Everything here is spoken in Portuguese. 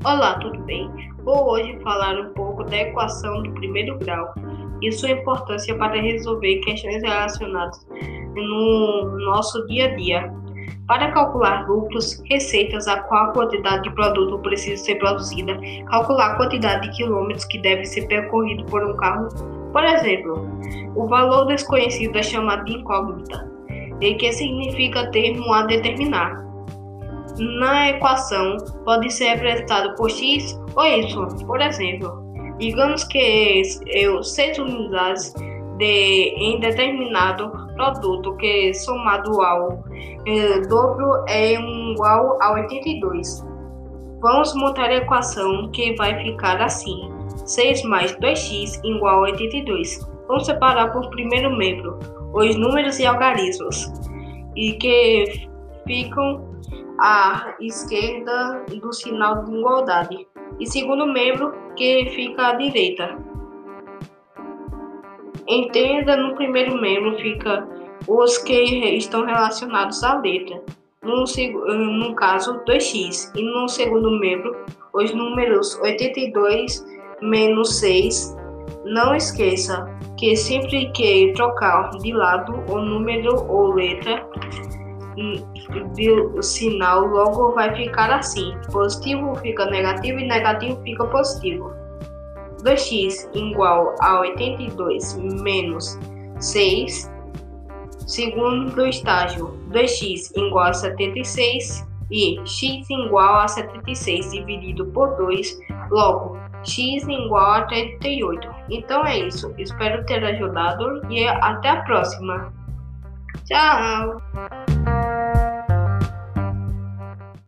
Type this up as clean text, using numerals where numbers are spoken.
Olá, tudo bem? Vou hoje falar um pouco da equação do primeiro grau e sua importância para resolver questões relacionadas no nosso dia a dia. Para calcular lucros, receitas, a qual quantidade de produto precisa ser produzida, calcular a quantidade de quilômetros que deve ser percorrido por um carro. Por exemplo, o valor desconhecido é chamado de incógnita, e que significa termo a determinar. Na equação, pode ser representado por x ou y. Por exemplo, digamos que eu 6 unidades em determinado produto que somado ao dobro é igual a 82. Vamos montar a equação que vai ficar assim: 6 mais 2x igual a 82. Vamos separar por primeiro membro os números e algarismos, e que ficam à esquerda do sinal de igualdade, e segundo membro que fica à direita. Entenda, no primeiro membro fica os que estão relacionados à letra, no caso 2x, e no segundo membro os números 82 menos 6. Não esqueça que sempre que trocar de lado o número ou letra do sinal, logo vai ficar assim: positivo fica negativo e negativo fica positivo. 2x igual a 82 menos 6. Segundo estágio, 2x igual a 76 e x igual a 76 dividido por 2, logo x igual a 38. Então é isso, espero ter ajudado e até a próxima. Tchau!